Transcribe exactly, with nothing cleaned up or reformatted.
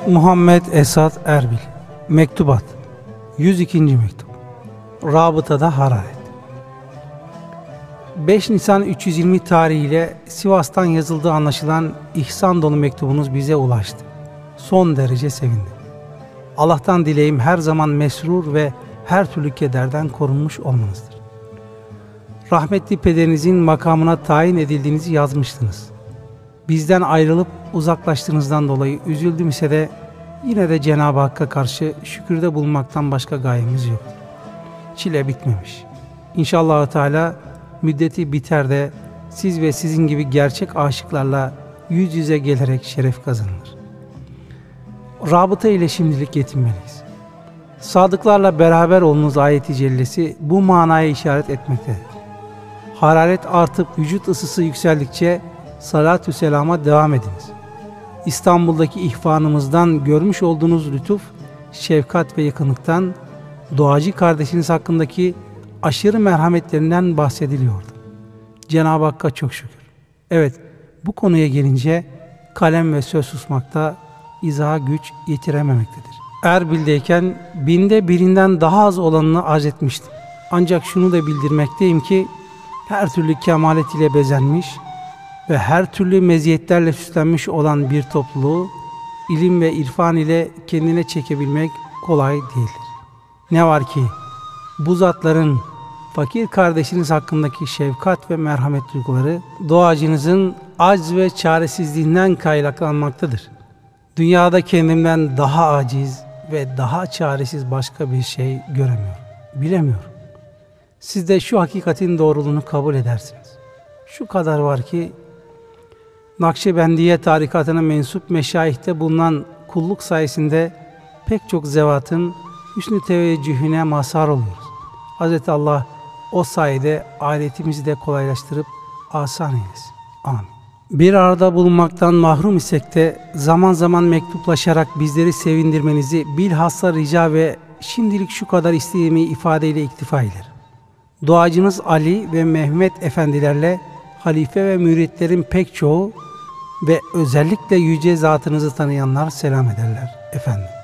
Muhammed Esat Erbil. Mektubat. yüz ikinci mektup. Rabıtada hararet. beş Nisan üç yüz yirmi tarihiyle Sivas'tan yazıldığı anlaşılan ihsan dolu mektubunuz bize ulaştı. Son derece sevindim. Allah'tan dileğim her zaman mesrur ve her türlü kederden korunmuş olmanızdır. Rahmetli pederinizin makamına tayin edildiğinizi yazmıştınız. Bizden ayrılıp uzaklaştığınızdan dolayı üzüldüm ise de yine de Cenab-ı Hakk'a karşı şükürde bulunmaktan başka gayemiz yok. Çile bitmemiş. İnşallah Teala müddeti biter de siz ve sizin gibi gerçek aşıklarla yüz yüze gelerek şeref kazanılır. Rabıta ile şimdilik yetinmeliyiz. Sadıklarla beraber olunuz ayeti cellesi bu manaya işaret etmektedir. Hararet artıp vücut ısısı yükseldikçe salatü selama devam ediniz. İstanbul'daki ihvanımızdan görmüş olduğunuz lütuf, şefkat ve yakınlıktan, doğacı kardeşiniz hakkındaki aşırı merhametlerinden bahsediliyordu. Cenab-ı Hakk'a çok şükür. Evet, bu konuya gelince kalem ve söz susmakta izaha güç yetirememektedir. Erbil'deyken binde birinden daha az olanını arz etmiştim. Ancak şunu da bildirmekteyim ki her türlü kemalet ile bezenmiş ve her türlü meziyetlerle süslenmiş olan bir topluluğu ilim ve irfan ile kendine çekebilmek kolay değildir. Ne var ki bu zatların fakir kardeşiniz hakkındaki şefkat ve merhamet duyguları doğacınızın acz ve çaresizliğinden kaynaklanmaktadır. Dünyada kendimden daha aciz ve daha çaresiz başka bir şey göremiyorum, bilemiyorum. Siz de şu hakikatin doğruluğunu kabul edersiniz. Şu kadar var ki Nakşibendiye tarikatına mensup meşayihte bulunan kulluk sayesinde pek çok zevatın hüsnü teveccühüne mazhar oluyoruz. Hazreti Allah o sayede aletimizi de kolaylaştırıp asan eylesin. Amin. Bir arada bulunmaktan mahrum isek de zaman zaman mektuplaşarak bizleri sevindirmenizi bilhassa rica ve şimdilik şu kadar istediğimi ifadeyle iktifa eder. Duacınız Ali ve Mehmet efendilerle halife ve müritlerin pek çoğu ve özellikle yüce zatınızı tanıyanlar selam ederler efendim.